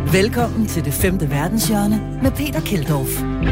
Velkommen til Det Femte Verdenshjørne med Peter Keldorf.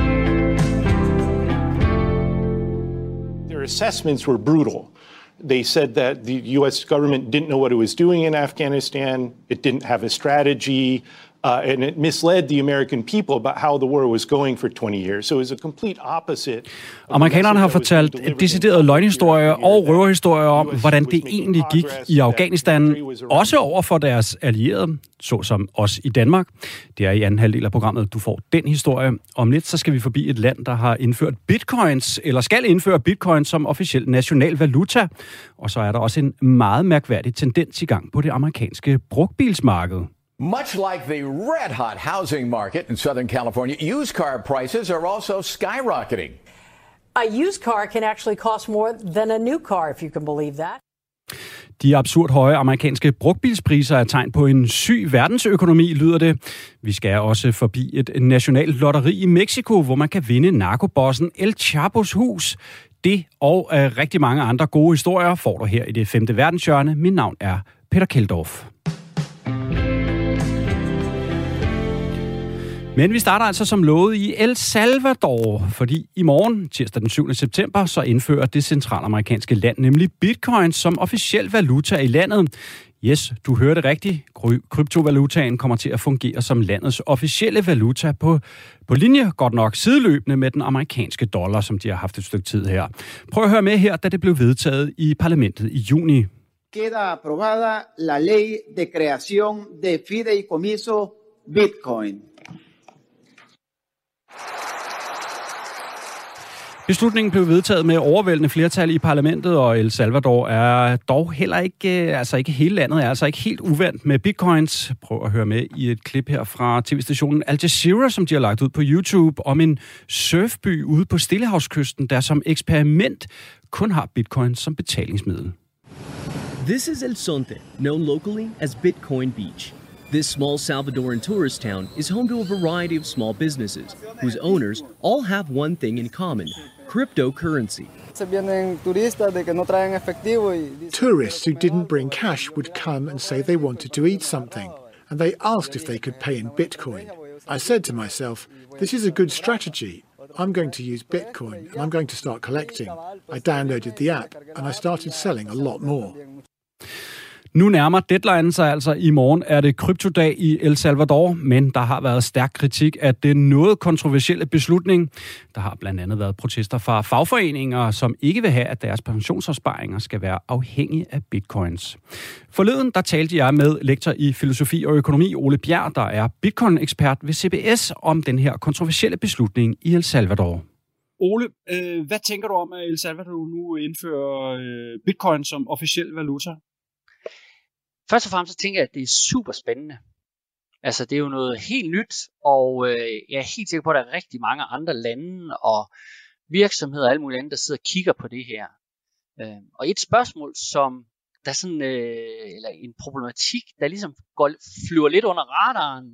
Their assessments were brutal. They said that the U.S. government didn't know what it was doing in Afghanistan. It didn't have a strategy. And it misled the American people about how the war was going for 20 years. So it was a complete opposite. Amerikanerne har fortalt deciderede løgnhistorier og røverhistorier om, hvordan det egentlig gik i Afghanistan, også over for deres allierede, såsom os i Danmark. Det er i anden halvdel af programmet, du får den historie. Om lidt så skal vi forbi et land, der har indført bitcoins, eller skal indføre bitcoins som officiel national valuta. Og så er der også en meget mærkværdig tendens i gang på det amerikanske brugtbilsmarked. Much like the red-hot housing market in Southern California, used car prices are also skyrocketing. A used car can actually cost more than a new car, if you can believe that. De absurd høje amerikanske brugtbilspriser er tegn på en syg verdensøkonomi, lyder det. Vi skal også forbi et nationalt lotteri i Mexico, hvor man kan vinde narkobossen El Chapos hus. Det og rigtig mange andre gode historier får du her i Det Femte Verdenshjørne. Mit navn er Peter Keldorf. Men vi starter altså som lovet i El Salvador, fordi i morgen, tirsdag den 7. september, så indfører det centralamerikanske land nemlig bitcoin som officiel valuta i landet. Yes, du hørte rigtigt. Kryptovalutaen kommer til at fungere som landets officielle valuta på linje, godt nok sideløbende med den amerikanske dollar, som de har haft et stykke tid her. Prøv at høre med her, da det blev vedtaget i parlamentet i juni. Queda aprobada la ley de creación de fideicomiso Bitcoin. Beslutningen blev vedtaget med overvældende flertal i parlamentet, og El Salvador er dog heller ikke, ikke hele landet er altså ikke helt uvant med bitcoins. Prøv at høre med i et klip her fra tv-stationen Al Jazeera, som de har lagt ud på YouTube, om en surfby ude på Stillehavskysten, der som eksperiment kun har bitcoin som betalingsmiddel. This is El Zonte, known locally as Bitcoin Beach. This small Salvadoran tourist town is home to a variety of small businesses, whose owners all have one thing in common: cryptocurrency. Tourists who didn't bring cash would come and say they wanted to eat something, and they asked if they could pay in Bitcoin. I said to myself, this is a good strategy. I'm going to use Bitcoin, and I'm going to start collecting. I downloaded the app, and I started selling a lot more. Nu nærmer deadline sig altså. I morgen er det kryptodag i El Salvador, men der har været stærk kritik af den noget kontroversielle beslutning. Der har blandt andet været protester fra fagforeninger, som ikke vil have, at deres pensionsopsparinger skal være afhængige af bitcoins. Forleden der talte jeg med lektor i filosofi og økonomi, Ole Bjerg, der er bitcoin-ekspert ved CBS, om den her kontroversielle beslutning i El Salvador. Ole, hvad tænker du om, at El Salvador nu indfører bitcoin som officiel valuta? Først og fremmest så tænker jeg, at det er super spændende. Altså det er jo noget helt nyt, og jeg er helt sikker på, at der er rigtig mange andre lande og virksomheder og alle mulige andre, der sidder og kigger på det her. Og et spørgsmål, som der er sådan, eller en problematik, der ligesom flyver lidt under radaren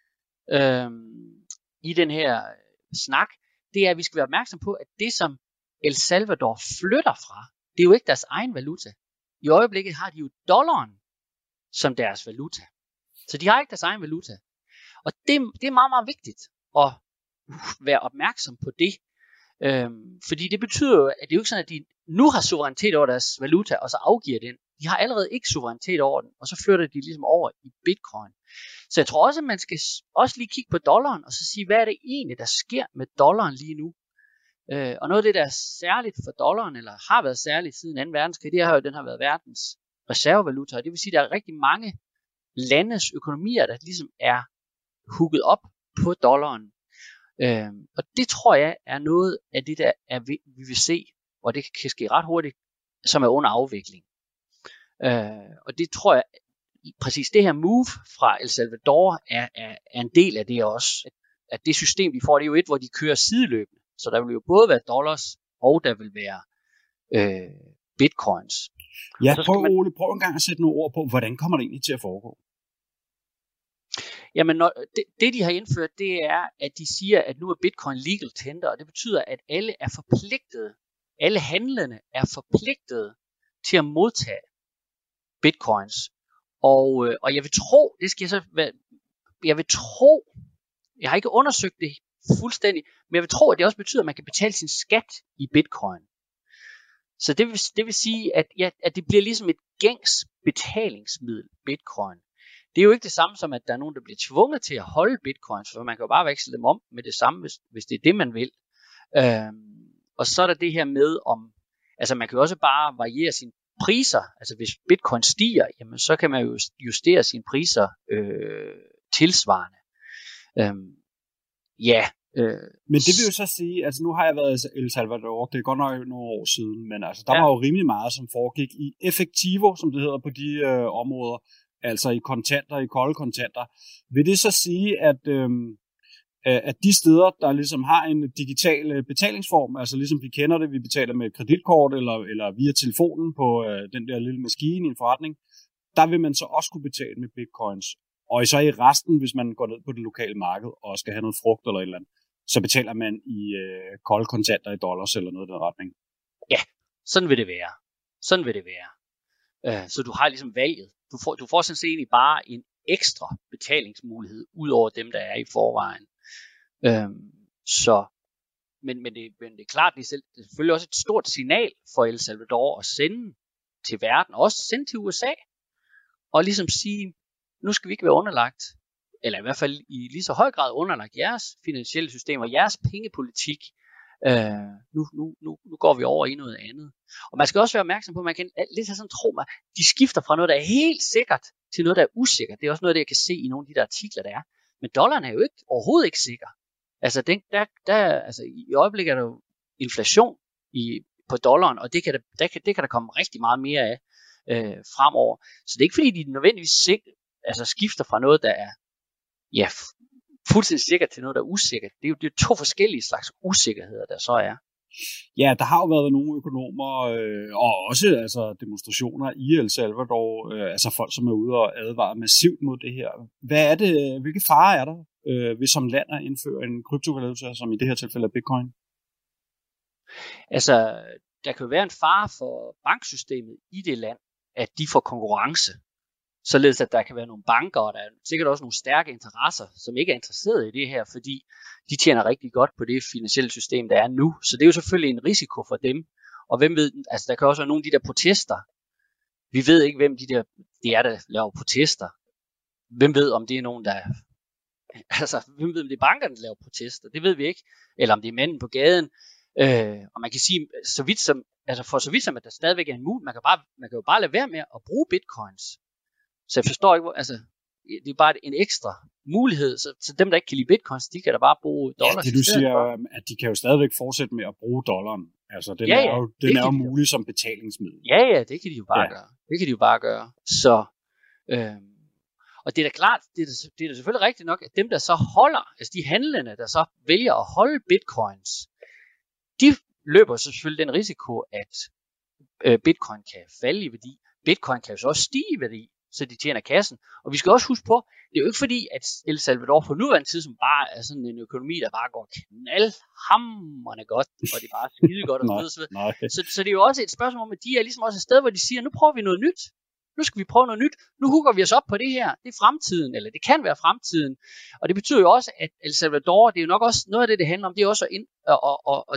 i den her snak, det er, at vi skal være opmærksom på, at det som El Salvador flytter fra, det er jo ikke deres egen valuta. I øjeblikket har de jo dollaren som deres valuta. Så de har ikke deres egen valuta. Og det er meget, meget vigtigt at være opmærksom på det. Fordi det betyder jo, at det er jo ikke sådan, at de nu har suverænitet over deres valuta, og så afgiver den. De har allerede ikke suverænitet over den, og så flytter de ligesom over i bitcoin. Så jeg tror også, at man skal også lige kigge på dollaren, og så sige, hvad er det egentlig, der sker med dollaren lige nu? Og noget af det, der er særligt for dollaren, eller har været særligt siden 2. verdenskrig, det er jo, at den har været verdens reservevaluta, og det vil sige, at der er rigtig mange landes økonomier, der ligesom er hugget op på dollaren. Og det tror jeg er noget af det, der vi vil se, og det kan ske ret hurtigt, som er under afvikling. Og det tror jeg, præcis det her move fra El Salvador er en del af det også. At det system, de får, det er jo et, hvor de kører sideløbende. Så der vil jo både være dollars, og der vil være bitcoins. Ja, prøv en gang at sætte nogle ord på, hvordan kommer det egentlig til at foregå? Jamen, det de har indført, det er, at de siger, at nu er bitcoin legal tender, og det betyder, at alle er forpligtede, alle handlende er forpligtede til at modtage bitcoins. Og jeg vil tro, det skal jeg så jeg vil tro, jeg har ikke undersøgt det fuldstændig, men jeg vil tro, at det også betyder, at man kan betale sin skat i bitcoin. Så det vil sige, at det bliver ligesom et gængs betalingsmiddel, bitcoin. Det er jo ikke det samme som, at der er nogen, der bliver tvunget til at holde bitcoins, for man kan jo bare veksle dem om med det samme, hvis det er det, man vil. Og så er der det her med, altså man kan jo også bare variere sine priser. Altså hvis bitcoin stiger, jamen så kan man jo justere sine priser tilsvarende. Men det vil jo så sige, altså nu har jeg været i El Salvador, det er godt nok nogle år siden, men altså der var jo rimelig meget, som foregik i effektivo, som det hedder på de områder, altså i kontanter, i kolde kontanter. Vil det så sige, at de steder, der ligesom har en digital betalingsform, altså ligesom vi kender det, vi betaler med kreditkort eller via telefonen på den der lille maskine i en forretning, der vil man så også kunne betale med bitcoins. Og så i resten, hvis man går ned på det lokale marked og skal have noget frugt eller et eller andet, så betaler man i kolde kontanter i dollars eller noget i den retning. Ja, sådan vil det være. Sådan vil det være. Så du har ligesom valget. Du får sådan set egentlig bare en ekstra betalingsmulighed, ud over dem, der er i forvejen. Men det er klart, det er selvfølgelig også et stort signal for El Salvador at sende til verden, og også sende til USA, og ligesom sige, nu skal vi ikke være underlagt, eller i hvert fald i lige så høj grad underlagt jeres finansielle systemer, jeres pengepolitik. Nu går vi over i noget andet. Og man skal også være opmærksom på, at man kan lidt have sådan tro mig, de skifter fra noget, der er helt sikkert, til noget, der er usikkert. Det er også noget, det jeg kan se i nogle af de der artikler, der er. Men dollaren er jo overhovedet ikke sikker. Altså, altså i øjeblikket er der jo inflation på dollaren, og det kan der komme rigtig meget mere af fremover. Så det er ikke fordi, de nødvendigvis skifter fra noget, der er fuldstændig sikkert til noget, der er usikkert. Det er jo to forskellige slags usikkerheder, der så er. Ja, der har jo været nogle økonomer, og også altså, demonstrationer i El Salvador, altså folk, som er ude og advare massivt mod det her. Hvad er det, hvilke farer er der, hvis som land at indføre en kryptovaluta, som i det her tilfælde er bitcoin? Altså, der kan jo være en fare for banksystemet i det land, at de får konkurrence. Således at der kan være nogle banker, og der er sikkert også nogle stærke interesser, som ikke er interesseret i det her, fordi de tjener rigtig godt på det finansielle system, der er nu. Så det er jo selvfølgelig en risiko for dem. Og hvem ved, altså der kan også være nogle af de der protester. Vi ved ikke, hvem de er, der laver protester. Hvem ved, om det er nogen, der... Altså, hvem ved, om det er bankerne, der laver protester? Det ved vi ikke. Eller om det er mænden på gaden. Og man kan sige, så vidt som, at der stadigvæk er en mulighed, man kan jo bare lade være med at bruge bitcoins. Så jeg forstår ikke, altså, det er bare en ekstra mulighed, så dem, der ikke kan lide bitcoins, de kan da bare bruge dollars. Ja, det du siger, at de kan jo stadigvæk fortsætte med at bruge dollaren. Altså, den er jo mulig som betalingsmiddel. Ja, det kan de jo bare gøre. Det kan de jo bare gøre. Så, og det er da klart, det er da selvfølgelig rigtigt nok, at dem, der så holder, altså de handlende, der så vælger at holde bitcoins, de løber selvfølgelig den risiko, at bitcoin kan falde i værdi. Bitcoin kan jo så også stige i værdi, så de tjener kassen. Og vi skal også huske på, det er jo ikke fordi, at El Salvador på nuværende tidspunkt bare er sådan en økonomi, der bare går knaldhamrende godt, og det er bare skide godt og så videre. Så det er jo også et spørgsmål om, at de er ligesom også et sted, hvor de siger, nu prøver vi noget nyt. Nu skal vi prøve noget nyt. Nu hugger vi os op på det her. Det er fremtiden, eller det kan være fremtiden. Og det betyder jo også, at El Salvador, det er jo nok også noget af det handler om, det er også at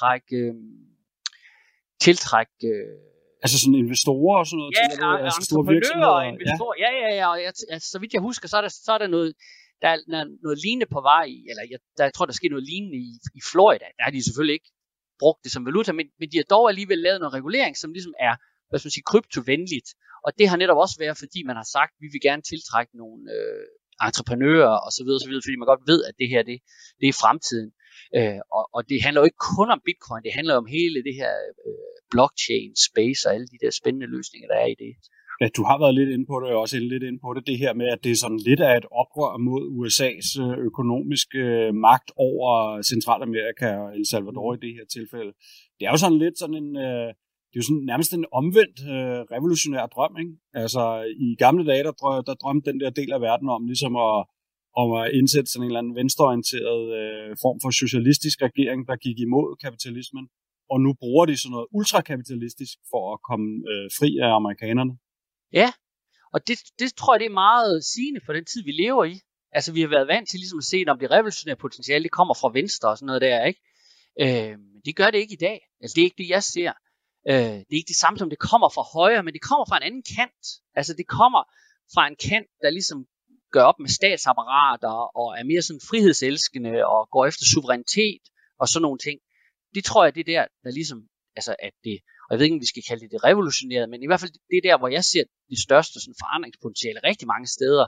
tiltrække altså sådan investorer og sådan noget? Ja, altså entreprenører og investorer. Ja. Og så vidt jeg husker, så er der noget, der er noget lignende på vej i, eller jeg tror, der sker noget lignende i Florida. Der har de selvfølgelig ikke brugt det som valuta, men de har dog alligevel lavet noget regulering, som ligesom er, hvad skal man sige, kryptovenligt. Og det har netop også været, fordi man har sagt, at vi vil gerne tiltrække nogle entreprenører og så videre, fordi man godt ved, at det her, det er fremtiden. Og det handler jo ikke kun om bitcoin, det handler om hele det her blockchain space og alle de der spændende løsninger, der er i det. Ja, du har været lidt inde på det, og også lidt inde på det her med, at det er sådan lidt af et oprør mod USA's økonomiske magt over Centralamerika og El Salvador i det her tilfælde. Det er jo sådan lidt sådan en... Det er jo sådan nærmest en omvendt revolutionær drøm, ikke? Altså i gamle dage, der drømte den der del af verden om ligesom at indsætte sådan en eller anden venstreorienteret form for socialistisk regering, der gik imod kapitalismen. Og nu bruger de sådan noget ultrakapitalistisk for at komme fri af amerikanerne. Ja, og det tror jeg, det er meget sigende for den tid, vi lever i. Altså, vi har været vant til ligesom at se, om det revolutionære potentiale, det kommer fra venstre og sådan noget der, ikke? Det gør det ikke i dag. Altså, det er ikke det, jeg ser. Det er ikke det samme som, det kommer fra højre, men det kommer fra en anden kant. Altså, det kommer fra en kant, der ligesom gør op med statsapparater og er mere sådan frihedselskende og går efter suverænitet og sådan nogle ting. Det tror jeg, det er der ligesom, altså at det, og jeg ved ikke, om vi skal kalde det revolutionære, men i hvert fald det er der, hvor jeg ser det største sådan forandringspotentiale rigtig mange steder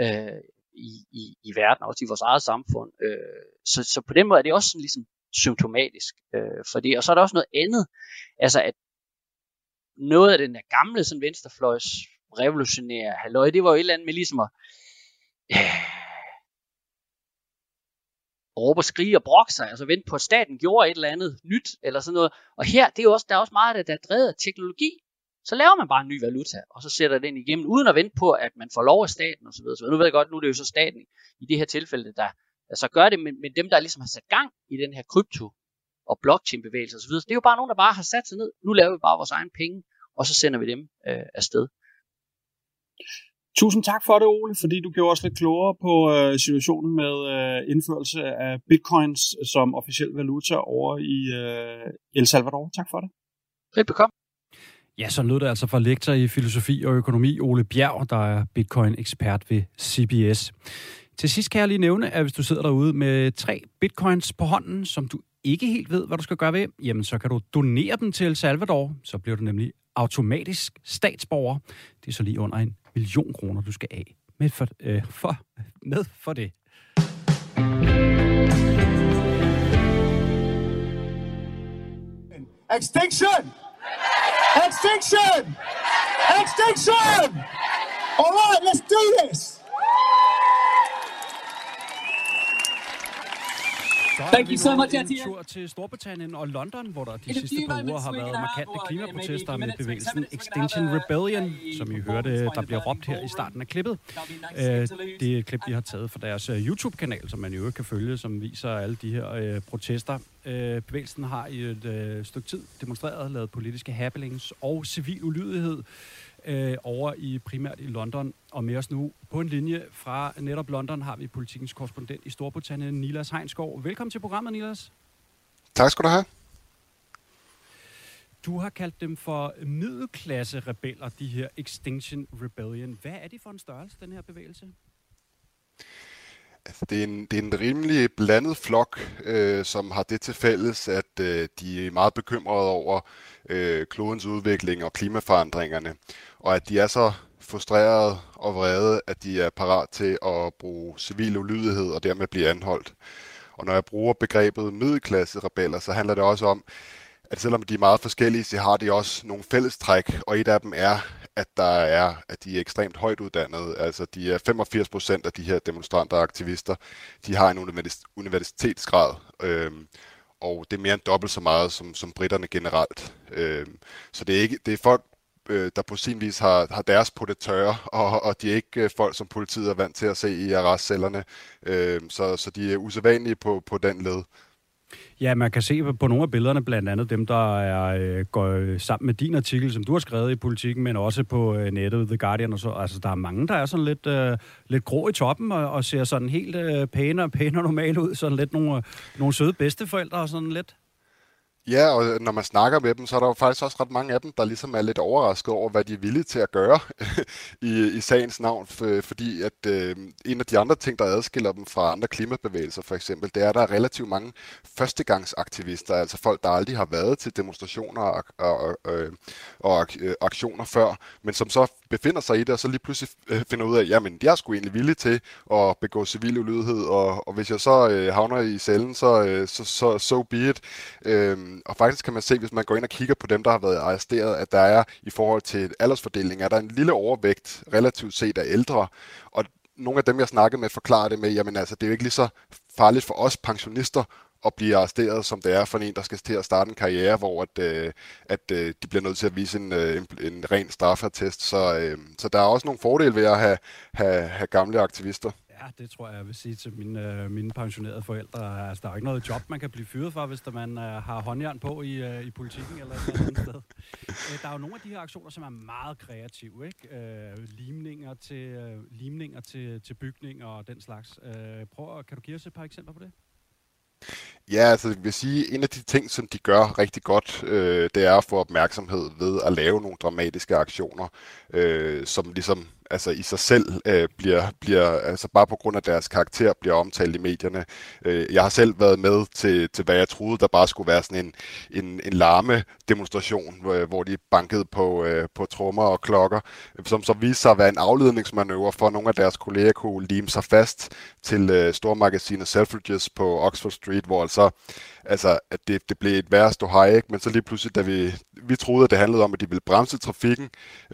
i verden, også i vores eget samfund. Så på den måde er det også sådan ligesom symptomatisk for det. Og så er der også noget andet, altså at noget af den der gamle sådan venstrefløjs revolutionære halløj, det var jo et eller andet med ligesom at råbe og skrige og brokke sig, altså vente på, at staten gjorde et eller andet nyt, eller sådan noget. Og her, det er jo også, der er også meget af det, der er drevet af teknologi. Så laver man bare en ny valuta, og så sætter den igennem, uden at vente på, at man får lov af staten, og så videre. Så nu ved jeg godt, nu er det jo så staten i det her tilfælde, der så gør det, men dem, der ligesom har sat gang i den her krypto- og blockchain-bevægelse og så videre, det er jo bare nogen, der bare har sat sig ned. Nu laver vi bare vores egen penge, og så sender vi dem afsted. Tusind tak for det, Ole, fordi du gjorde os lidt klogere på situationen med indførelse af bitcoins som officiel valuta over i El Salvador. Tak for det. Velbekomme. Ja, så lød det altså fra lektor i filosofi og økonomi, Ole Bjerg, der er bitcoin-ekspert ved CBS. Til sidst kan jeg lige nævne, at hvis du sidder derude med 3 bitcoins på hånden, som du ikke helt ved, hvad du skal gøre ved, jamen så kan du donere dem til El Salvador. Så bliver du nemlig automatisk statsborger. Det er så lige under 1 million kroner, du skal af med for det. Extinction! Extinction! Extinction! All right, let's do this! Thank you so much, en tur til Storbritannien og London, hvor der de sidste par uger har været markante klimaprotester med bevægelsen Extinction Rebellion, som I hørte, der bliver råbt her i starten af klippet. Det er et klip, de har taget fra deres YouTube-kanal, som man jo kan følge, som viser alle de her protester. Bevægelsen har i et stykke tid demonstreret, lavet politiske happenings og civil ulydighed over i primært i London. Og med os nu på en linje fra netop London har vi politikens korrespondent i Storbritannien, Nilas Heinsgaard. Velkommen til programmet, Nilas. Tak skal du have. Du har kaldt dem for middelklasse-rebeller, de her Extinction Rebellion. Hvad er det for en størrelse, den her bevægelse? Altså, det er en rimelig blandet flok, som har det til fælles, at de er meget bekymrede over klodens udvikling og klimaforandringerne, og at de er så frustrerede og vrede, at de er parat til at bruge civil ulydighed og dermed blive anholdt. Og når jeg bruger begrebet middelklasse-rebeller, så handler det også om, at selvom de er meget forskellige, så har de også nogle fællestræk, og et af dem er, at de er ekstremt højt uddannede. Altså de er 85% af de her demonstranter og aktivister, de har en universitetsgrad, og det er mere end dobbelt så meget som britterne generelt. Så det er folk, der på sin vis har deres på det tørre, og de er ikke folk, som politiet er vant til at se i arrestcellerne. Så de er usædvanlige på den led. Ja, man kan se på nogle af billederne, blandt andet dem, der går sammen med din artikel, som du har skrevet i Politiken, men også på nettet, The Guardian og så. Altså, der er mange, der er sådan lidt grå i toppen og ser sådan helt pæne og normale ud. Sådan lidt nogle søde bedsteforældre og sådan lidt. Ja, og når man snakker med dem, så er der jo faktisk også ret mange af dem, der ligesom er lidt overrasket over, hvad de er villige til at gøre i sagens navn. Fordi at en af de andre ting, der adskiller dem fra andre klimabevægelser for eksempel, det er, at der er relativt mange førstegangsaktivister, altså folk, der aldrig har været til demonstrationer og aktioner før, men som så befinder sig i det, og så lige pludselig finder ud af, jamen, jeg er sgu egentlig villig til at begå civil ulydighed, og hvis jeg så havner i cellen, så be it. Og faktisk kan man se, hvis man går ind og kigger på dem, der har været arresteret, at der er i forhold til aldersfordeling, er der en lille overvægt relativt set af ældre. Og nogle af dem, jeg snakkede med, forklarer det med, jamen altså, det er jo ikke lige så farligt for os pensionister at blive arresteret, som det er for en, der skal til at starte en karriere, hvor de bliver nødt til at vise en ren straffeattest. Så der er også nogle fordele ved at have gamle aktivister. Ja, det tror jeg vil sige til mine pensionerede forældre. Altså, der er ikke noget job, man kan blive fyret for, hvis man har håndjern på i politikken eller et eller andet sted. Der er jo nogle af de her aktioner, som er meget kreative, ikke? Limninger til bygninger og den slags. Kan du give os et par eksempler på det? Ja, altså jeg vil sige, en af de ting, som de gør rigtig godt, det er at få opmærksomhed ved at lave nogle dramatiske aktioner, som ligesom altså i sig selv bliver altså bare på grund af deres karakter bliver omtalt i medierne. Jeg har selv været med til hvad jeg troede, der bare skulle være sådan en larme demonstration, hvor de bankede på trommer og klokker, som så viste sig at være en afledningsmanøvre for nogle af deres kolleger kunne lime sig fast til stormagasinet Selfridges på Oxford Street, hvor altså at det blev et værre ståhej, ikke? Men så lige pludselig, da vi troede, at det handlede om, at de ville bremse trafikken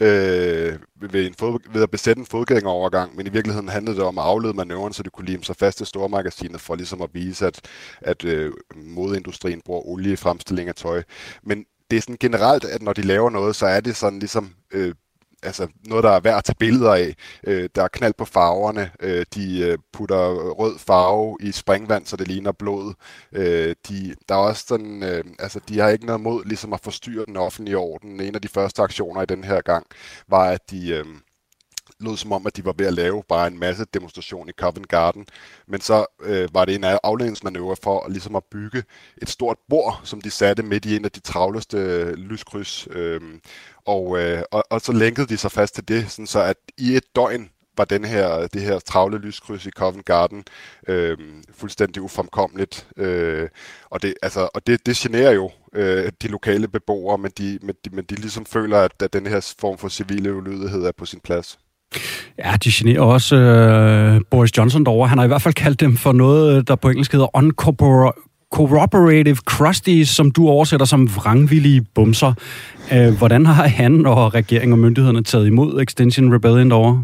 ved at besætte en fodgængerovergang, men i virkeligheden handlede det om at aflede manøvren, så de kunne lime sig fast til stormagasinet for ligesom at vise, at modeindustrien bruger olie i fremstilling af tøj. Men det er sådan generelt, at når de laver noget, så er det sådan ligesom altså noget, der er værd at tage billeder af. Der er knald på farverne. De putter rød farve i springvand, så det ligner blod. Der er også sådan, altså de har ikke noget mod ligesom at forstyrre den offentlige orden. En af de første aktioner i den her gang var, at de lød som om, at de var ved at lave bare en masse demonstration i Covent Garden, men så var det en afledningsmanøvre for ligesom at bygge et stort bord, som de satte midt i en af de travleste lyskryds, og så lænkede de sig fast til det, sådan så at i et døgn var det her travle lyskryds i Covent Garden fuldstændig ufremkommeligt, og det generer jo de lokale beboere, men de ligesom føler, at den her form for civile ulydighed er på sin plads. Ja, de generer også Boris Johnson derovre. Han har i hvert fald kaldt dem for noget, der på engelsk hedder uncooperative crusties, som du oversætter som vrangvillige bumser. Hvordan har han og regeringen og myndighederne taget imod Extinction Rebellion derovre?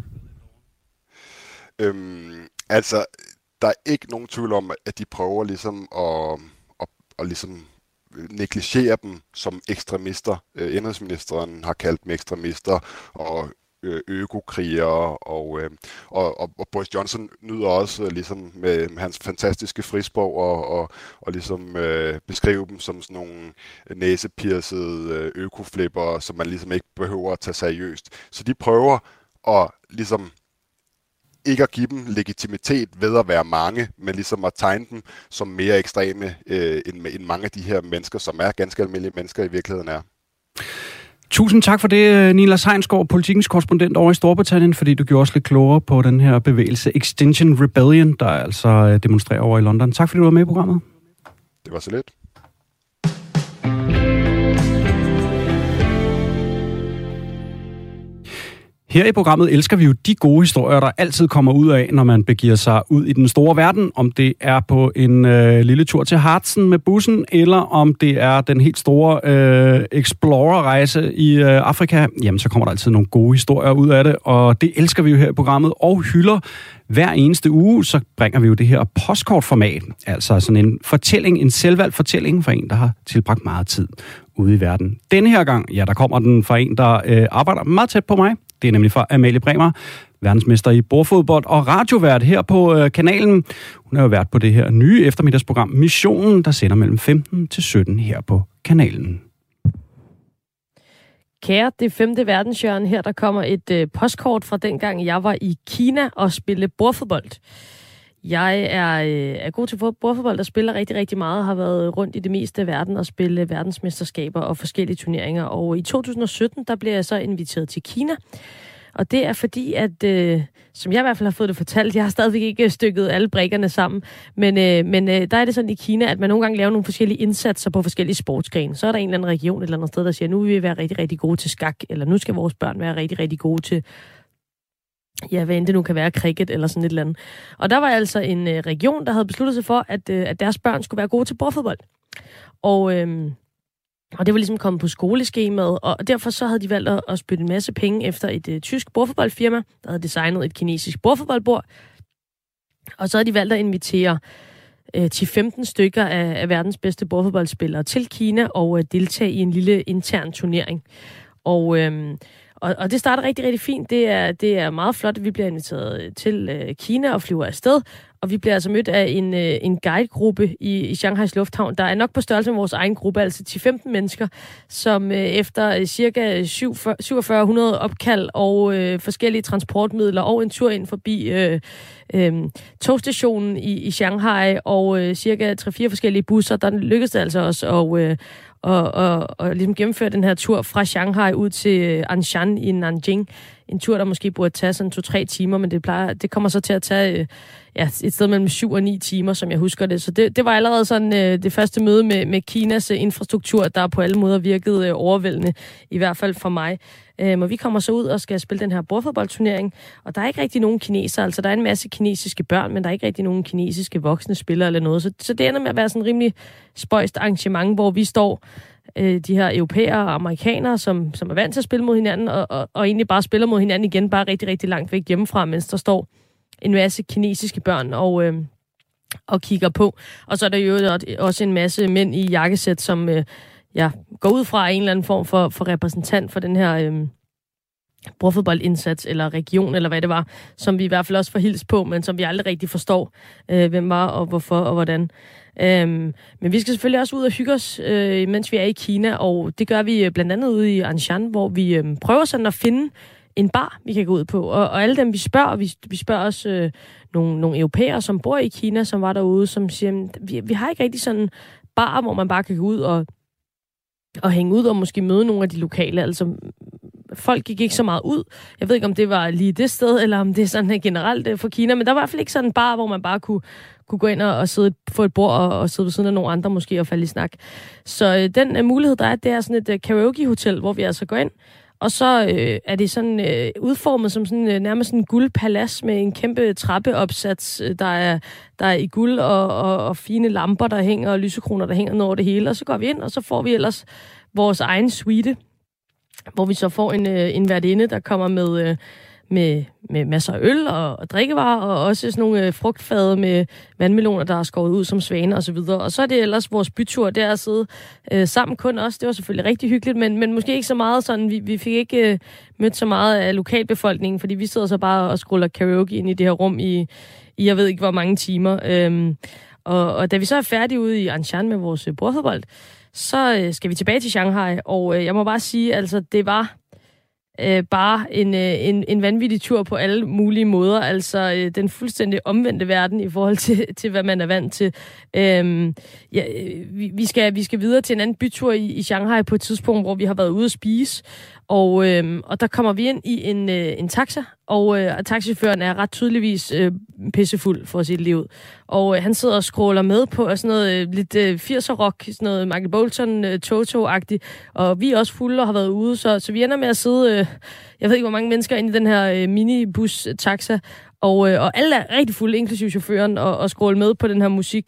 Altså, der er ikke nogen tvivl om, at de prøver ligesom at ligesom negligere dem som ekstremister. Indrigsministeren har kaldt dem ekstremister og økokrigere, og Boris Johnson nyder også ligesom med hans fantastiske frisprog og ligesom beskrive dem som sådan nogle næsepiercede økoflipper, som man ligesom ikke behøver at tage seriøst. Så de prøver at ligesom ikke at give dem legitimitet ved at være mange, men ligesom at tegne dem som mere ekstreme end mange af de her mennesker, som er ganske almindelige mennesker i virkeligheden er. Tusind tak for det, Niels Heinsgaard, Politikens korrespondent over i Storbritannien, fordi du gjorde os lidt klogere på den her bevægelse Extinction Rebellion, der altså demonstrerer over i London. Tak fordi du var med i programmet. Det var så lidt. Her i programmet elsker vi jo de gode historier, der altid kommer ud af, når man begiver sig ud i den store verden. Om det er på en lille tur til Harzen med bussen, eller om det er den helt store Explorer-rejse i Afrika, jamen så kommer der altid nogle gode historier ud af det, og det elsker vi jo her i programmet og hylder. Hver eneste uge, så bringer vi jo det her postkortformat, altså sådan en fortælling, en selvvalgt fortælling for en, der har tilbragt meget tid ude i verden. Denne her gang, ja, der kommer den fra en, der arbejder meget tæt på mig. Det er nemlig fra Amalie Bremer, verdensmester i bordfodbold og radiovært her på kanalen. Hun er jo vært på det her nye eftermiddagsprogram Missionen, der sender mellem 15 til 17 her på kanalen. Kære, det 5. verdenshjørne her, der kommer et postkort fra dengang, jeg var i Kina og spille bordfodbold. Jeg er god til bordfodbold og spiller rigtig, rigtig meget. Har været rundt i det meste af verden og spille verdensmesterskaber og forskellige turneringer. Og i 2017, der blev jeg så inviteret til Kina. Og det er fordi, at som jeg i hvert fald har fået det fortalt, jeg har stadigvæk ikke stykket alle brikkerne sammen, men der er det sådan i Kina, at man nogle gange laver nogle forskellige indsatser på forskellige sportsgrene. Så er der en eller anden region et eller andet sted, der siger, nu vil vi være rigtig, rigtig gode til skak, eller nu skal vores børn være rigtig, rigtig gode til, ja, hvad end det nu kan være, cricket eller sådan et eller andet. Og der var altså en region, der havde besluttet sig for, at deres børn skulle være gode til bordfodbold. Og det var ligesom kommet på skoleskemaet, og derfor så havde de valgt at spytte en masse penge efter et tysk bordfodboldfirma, der havde designet et kinesisk bordfodboldbord. Og så havde de valgt at invitere 10-15 stykker af verdens bedste bordfodboldspillere til Kina og deltage i en lille intern turnering. Og Og det starter rigtig, rigtig fint. Det er meget flot, at vi bliver inviteret til Kina og flyver afsted. Og vi bliver altså mødt af en guidegruppe i Shanghais lufthavn, der er nok på størrelse med vores egen gruppe, altså 10-15 mennesker, som efter cirka 4700 opkald og forskellige transportmidler og en tur ind forbi togstationen i Shanghai og cirka 3-4 forskellige busser, der lykkedes det altså også og ligesom gennemføre den her tur fra Shanghai ud til Anshan i Nanjing. En tur, der måske burde tage sådan 2-3 timer, men det kommer så til at tage et sted mellem 7 og 9 timer, som jeg husker det. Så det var allerede sådan det første møde med Kinas infrastruktur, der på alle måder virkede overvældende, i hvert fald for mig. Og vi kommer så ud og skal spille den her bordfodboldturnering, og der er ikke rigtig nogen kinesere, altså der er en masse kinesiske børn, men der er ikke rigtig nogen kinesiske voksne spillere eller noget. Så det ender med at være sådan en rimelig spøjst arrangement, hvor vi står de her europæere og amerikanere, som er vant til at spille mod hinanden, og egentlig bare spiller mod hinanden igen, bare rigtig, rigtig langt væk hjemmefra, mens der står en masse kinesiske børn og kigger på. Og så er der jo også en masse mænd i jakkesæt, som går ud fra en eller anden form for repræsentant for den her bordfodboldindsats, eller region, eller hvad det var, som vi i hvert fald også får hils på, men som vi aldrig rigtig forstår, hvem var, og hvorfor, og hvordan. Men vi skal selvfølgelig også ud og hygge os, mens vi er i Kina, og det gør vi blandt andet ude i Anshan, hvor vi prøver sådan at finde en bar, vi kan gå ud på. Og alle dem, vi spørger også nogle europæere, som bor i Kina, som var derude, som siger, vi har ikke rigtig sådan en bar, hvor man bare kan gå ud og hænge ud og måske møde nogle af de lokale. Altså, folk gik ikke så meget ud. Jeg ved ikke, om det var lige det sted, eller om det er sådan generelt for Kina, men der var i hvert fald ikke sådan en bar, hvor man bare kunne gå ind og sidde på et bord og sidde ved siden af nogle andre måske og falde i snak. Så den mulighed, der er, det er sådan et karaoke-hotel, hvor vi altså går ind, og så er det sådan udformet som sådan nærmest en guldpalads med en kæmpe trappeopsats, der er i guld og fine lamper, der hænger, og lysekroner, der hænger ned over det hele. Og så går vi ind, og så får vi ellers vores egen suite, hvor vi så får en værtinde, der kommer med masser af øl og drikkevarer, og også sådan nogle frugtfade med vandmeloner, der er skåret ud som svane og så videre. Og så er det ellers vores bytur, der at sidde sammen kun også. Det var selvfølgelig rigtig hyggeligt, men måske ikke så meget sådan, vi fik ikke mødt så meget af lokalbefolkningen, fordi vi sidder så bare og scroller karaoke ind i det her rum i jeg ved ikke hvor mange timer. Og da vi så er færdige ude i Anshan med vores bordfodbold, så skal vi tilbage til Shanghai, og jeg må bare sige, altså det var bare en vanvittig tur på alle mulige måder. Altså den fuldstændig omvendte verden i forhold til hvad man er vant til. Vi skal videre til en anden bytur i Shanghai på et tidspunkt, hvor vi har været ude at spise. Og der kommer vi ind i en taxa, og taxichaufføren er ret tydeligvis pissefuld, for at sige det lige ud. Og han sidder og scroller med på sådan noget lidt 80'er-rock, sådan noget Michael Bolton, Toto-agtigt. Og vi er også fulde og har været ude, så vi ender med at sidde, jeg ved ikke hvor mange mennesker inde i den her minibus-taxa. Og alle er rigtig fulde, inklusive chaufføren, og scroller med på den her musik.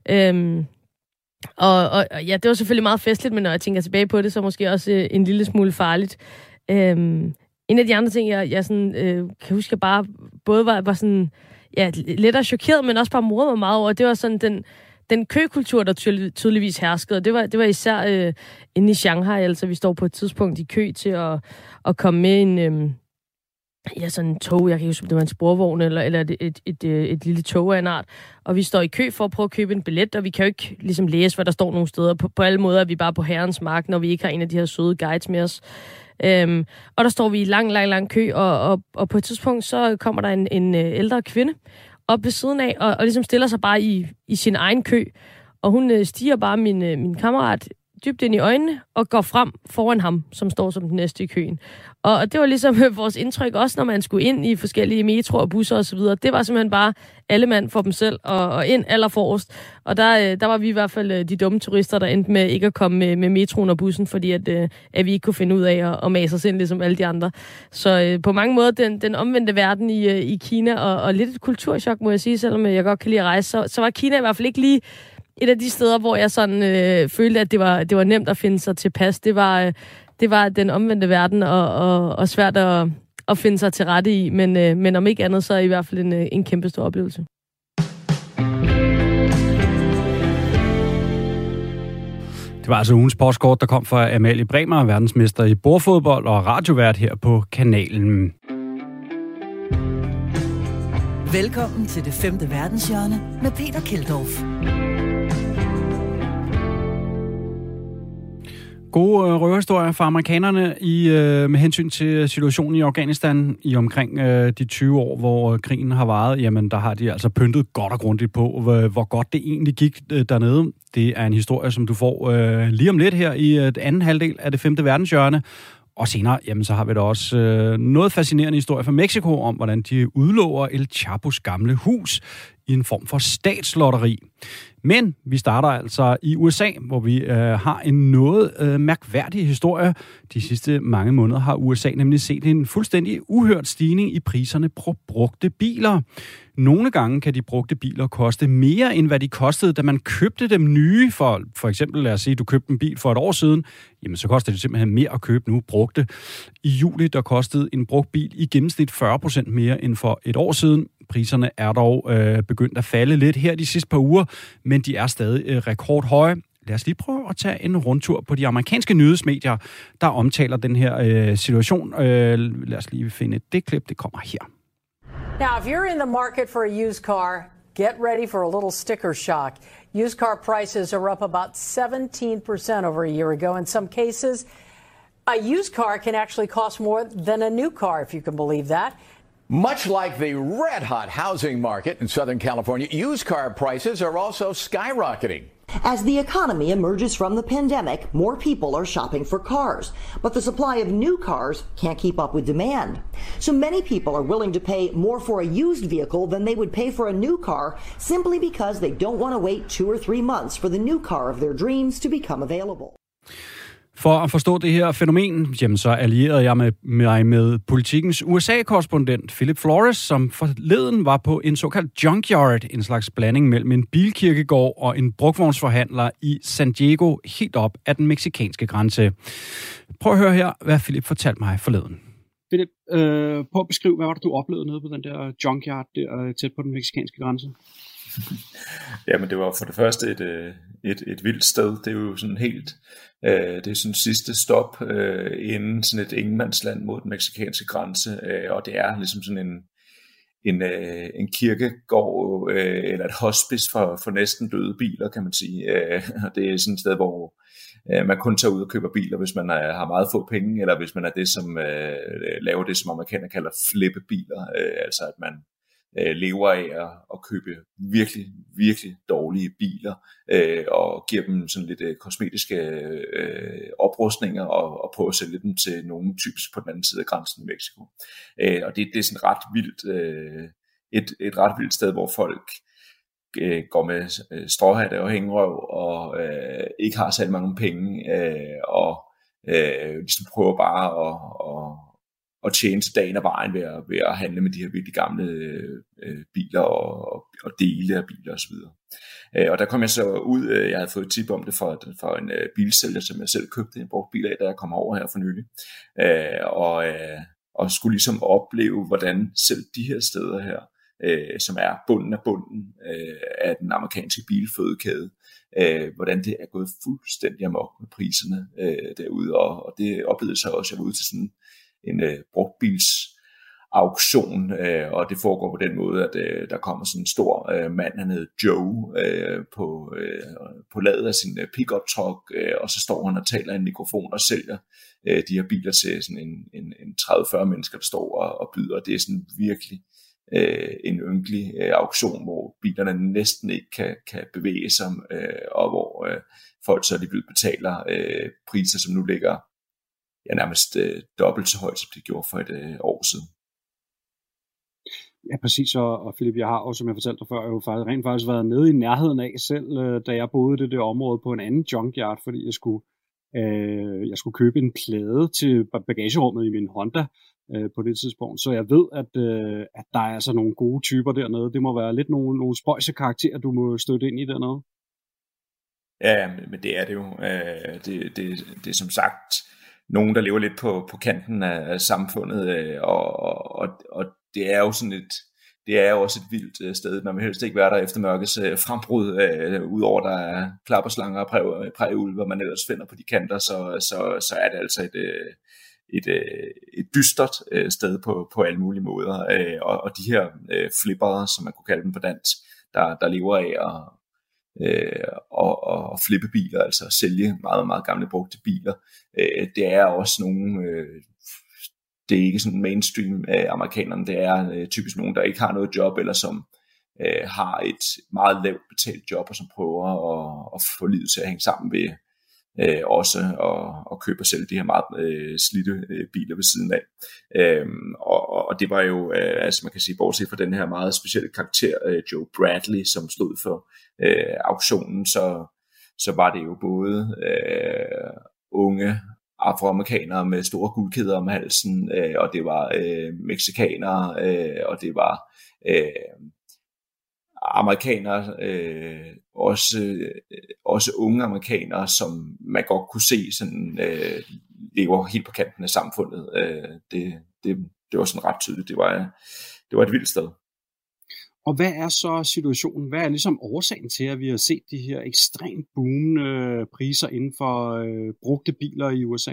Og ja, det var selvfølgelig meget festligt, men når jeg tænker tilbage på det, så måske også en lille smule farligt. En af de andre ting, jeg sådan, kan huske, jeg bare både var sådan, ja, lettere chokeret, men også bare morede mig meget over, det var sådan den køkultur, der tydeligvis herskede, og det var især inde i Shanghai, altså vi står på et tidspunkt i kø til at komme med en sådan en tog, jeg kan ikke huske, om det var en sporvogn eller et lille tog af en art. Og vi står i kø for at prøve at købe en billet, og vi kan jo ikke ligesom læse, hvad der står nogle steder. På alle måder er vi bare på herrens mark, når vi ikke har en af de her søde guides med os. Og der står vi i lang kø, og på et tidspunkt, så kommer der en ældre kvinde op ved siden af, og ligesom stiller sig bare i sin egen kø. Og hun stiger bare min kammerat dybt ind i øjnene, og går frem foran ham, som står som den næste i køen. Og det var ligesom vores indtryk, også når man skulle ind i forskellige metroer, busser og så videre. Det var simpelthen bare alle mand for dem selv, og ind allerforrest. Og der var vi i hvert fald de dumme turister, der endte med ikke at komme med metroen og bussen, fordi at vi ikke kunne finde ud af at mase os ind, ligesom alle de andre. Så på mange måder, den omvendte verden i Kina, og lidt et kulturschok, må jeg sige, selvom jeg godt kan lide at rejse, så var Kina i hvert fald ikke lige et af de steder, hvor jeg sådan følte, at det var nemt at finde sig tilpas. Det var den omvendte verden, og svært at finde sig til rette i, men om ikke andet, så er i hvert fald en kæmpe stor oplevelse. Det var altså ugens postkort, der kom fra Amalie Bremer, verdensmester i bordfodbold og radiovært her på kanalen. Velkommen til Det 5. Verdenshjørne med Peter Keldorf. Gode røverhistorier fra amerikanerne med hensyn til situationen i Afghanistan i omkring de 20 år, hvor krigen har varet. Jamen, der har de altså pyntet godt og grundigt på, hvor godt det egentlig gik dernede. Det er en historie, som du får lige om lidt her i anden halvdel af Det 5. Verdenshjørne. Og senere, jamen, så har vi da også noget fascinerende historie fra Mexico om, hvordan de udlover El Chapos gamle hus i en form for statslotteri. Men vi starter altså i USA, hvor vi har en noget mærkværdig historie. De sidste mange måneder har USA nemlig set en fuldstændig uhørt stigning i priserne på brugte biler. Nogle gange kan de brugte biler koste mere, end hvad de kostede, da man købte dem nye. For eksempel, lad os sige, du købte en bil for et år siden, jamen så koster det simpelthen mere at købe nu brugte. I juli, der kostede en brugt bil i gennemsnit 40% mere end for et år siden. Priserne er dog begyndt at falde lidt her de sidste par uger, men de er stadig rekordhøje. Lad os lige prøve at tage en rundtur på de amerikanske nyhedsmedier, der omtaler den her situation. Lad os lige finde det klip, det kommer her. Now, if you're in the market for a used car, get ready for a little sticker shock. Used car prices are up about 17% over a year ago. In some cases, a used car can actually cost more than a new car, if you can believe that. Much like the red-hot housing market in Southern California, used car prices are also skyrocketing. As the economy emerges from the pandemic, more people are shopping for cars, but the supply of new cars can't keep up with demand. So many people are willing to pay more for a used vehicle than they would pay for a new car, simply because they don't want to wait 2 or 3 months for the new car of their dreams to become available. For at forstå det her fænomen, jamen så allierede jeg mig med Politikens USA-korrespondent Philip Flores, som forleden var på en såkaldt junkyard, en slags blanding mellem en bilkirkegård og en brugtvognsforhandler i San Diego, helt op ad den mexikanske grænse. Prøv at høre her, hvad Philip fortalte mig forleden. Philip, prøv at beskrive, hvad var det, du oplevede nede på den der junkyard der tæt på den mexikanske grænse? Jamen, det var for det første et vildt sted. Det er jo sådan helt, det er sådan sidste stop inden sådan et ingenmandsland mod den mexikanske grænse, og det er ligesom sådan en kirkegård eller et hospice for næsten døde biler, kan man sige. Og det er sådan et sted, hvor man kun tager ud og køber biler, hvis man har meget få penge, eller hvis man er det, som laver det, som amerikanere kalder flippebiler, altså at man lever af at købe virkelig, virkelig dårlige biler og giver dem sådan lidt kosmetiske oprustninger og prøver at sælge dem til nogen typisk på den anden side af grænsen i Mexico. Og det er sådan ret vildt, et ret vildt sted, hvor folk går med stråhatte og hængerøv og ikke har særlig mange penge og ligesom prøver bare at tjene til dagen og vejen ved at handle med de her virkelig gamle biler og dele af biler osv. Og der kom jeg så ud, jeg havde fået et tip om det fra en bilsælger, som jeg selv købte en brugt bil af, da jeg kom over her for nylig. Og skulle ligesom opleve, hvordan selv de her steder her, som er bunden af bunden af den amerikanske bilfødekæde, hvordan det er gået fuldstændig amok med priserne derude. Og det oplevede sig også, jeg var ude til sådan en brugtbils auktion, og det foregår på den måde, at der kommer sådan en stor mand, han hedder Joe, på ladet af sin pickup truck, og så står han og taler i en mikrofon og sælger de her biler til sådan en 30-40 mennesker, der står og byder, og det er sådan virkelig en ynkelig auktion, hvor bilerne næsten ikke kan bevæge sig, og hvor folk så alligevel betaler priser, som nu ligger nærmest dobbelt så højt, som det gjorde for et år siden. Ja, præcis, og Philip, jeg har også, som jeg fortalte dig før, jo rent faktisk været nede i nærheden af selv, da jeg boede i det område på en anden junkyard, fordi jeg skulle købe en plade til bagagerummet i min Honda på det tidspunkt. Så jeg ved, at der er altså nogle gode typer dernede. Det må være lidt nogle spøjse karakterer, du må støtte ind i dernede. Ja, men det er det jo. Det er som sagt nogen, der lever lidt på kanten af samfundet, og det er jo sådan det er også et vildt sted. Man vil helst ikke være der efter mørkets frembrud, udover der er klapperslanger og prægeulve, hvad man ellers finder på de kanter, så er det altså et dystert sted på alle mulige måder. Og de her flippere, som man kunne kalde dem på dansk, der lever af og flippe biler, altså at sælge meget, meget gamle brugte biler, det er også nogle... Det er ikke sådan mainstream af amerikanerne, det er typisk nogen, der ikke har noget job, eller som har et meget lavt betalt job, og som prøver at få livet til at hænge sammen ved også at købe og sælge de her meget slidte biler ved siden af. Og det var jo, altså man kan sige, bortset fra den her meget specielle karakter, Joe Bradley, som stod for auktionen, så var det jo både unge afroamerikanere med store guldkæder om halsen, og det var mexikanere, og det var amerikanere, også unge amerikanere, som man godt kunne se sådan, lever helt på kanten af samfundet. Det var sådan ret tydeligt. Det var et vildt sted. Og hvad er så situationen? Hvad er ligesom årsagen til, at vi har set de her ekstremt boomende priser inden for brugte biler i USA?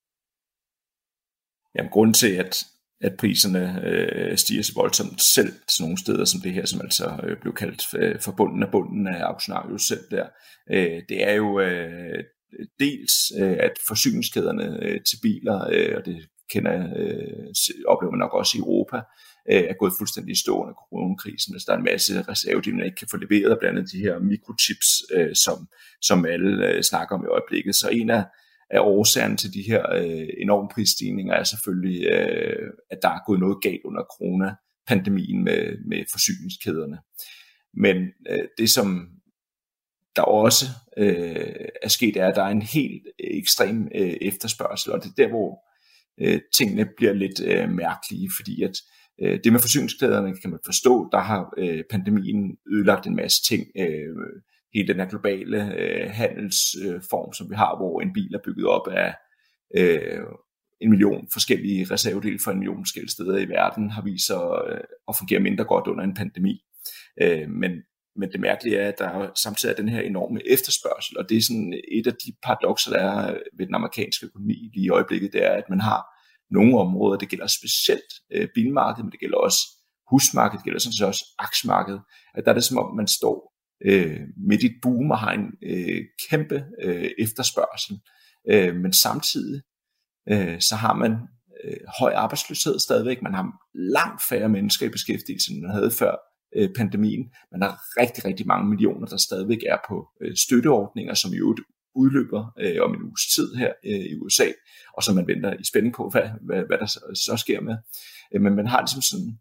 Jamen, grunden til, at priserne stiger så voldsomt selv til nogle steder som det her, som altså blev kaldt for bunden af auktionarius selv der, det er jo dels, at forsyningskæderne til biler, og det oplever man nok også i Europa, er gået fuldstændig i stå under coronakrisen. Altså, der er en masse reservedele, man ikke kan få leveret, blandt andet de her mikrochips, som alle snakker om i øjeblikket. Så en af årsagerne til de her enorme prisstigninger er selvfølgelig, at der er gået noget galt under coronapandemien med forsyningskæderne. Men det, som der også er sket, er, at der er en helt ekstrem efterspørgsel, og det er der, hvor tingene bliver lidt mærkelige, fordi at det med forsyningskæderne kan man forstå, der har pandemien ødelagt en masse ting. Hele den her globale handelsform, som vi har, hvor en bil er bygget op af 1 million forskellige reservedele fra 1 million forskellige steder i verden, har vist sig at fungere mindre godt under en pandemi. Men det mærkelige er, at der samtidig er den her enorme efterspørgsel, og det er sådan et af de paradokser, der er ved den amerikanske økonomi lige i øjeblikket, det er, at man har nogle områder, det gælder specielt bilmarkedet, men det gælder også husmarkedet, det gælder sådan set også aktiemarkedet, at der er det som om, man står midt i et boom og har en kæmpe efterspørgsel, men samtidig så har man høj arbejdsløshed stadigvæk, man har langt færre mennesker i beskæftigelse, end man havde før pandemien, man har rigtig, rigtig mange millioner, der stadigvæk er på støtteordninger, som jo udløber om en uges tid her i USA, og som man venter i spænding på, hvad der så sker med. Men man har ligesom sådan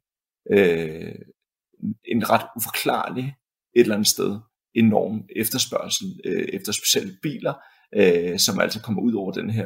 en ret uforklarlig et eller andet sted enorm efterspørgsel efter specielle biler, som altså kommer ud over den her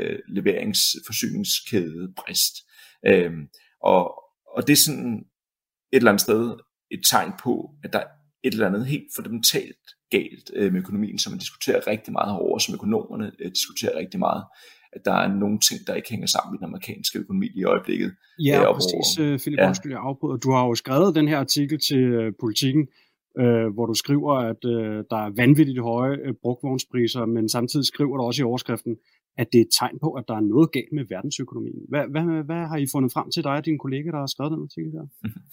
leveringsforsyningskædebrist. Og det er sådan et eller andet sted et tegn på, at der er et eller andet helt fundamentalt galt med økonomien, som man diskuterer rigtig meget herovre, som økonomerne diskuterer rigtig meget, at der er nogle ting, der ikke hænger sammen i den amerikanske økonomi i øjeblikket. Ja, præcis, Philip, undskyld, jeg afbryder. Du har jo skrevet den her artikel til Politiken, hvor du skriver, at der er vanvittigt høje brugtvognspriser, men samtidig skriver du også i overskriften, at det er et tegn på, at der er noget galt med verdensøkonomien. Hvad har I fundet frem til dig og dine kolleger, der har skrevet den artikel der?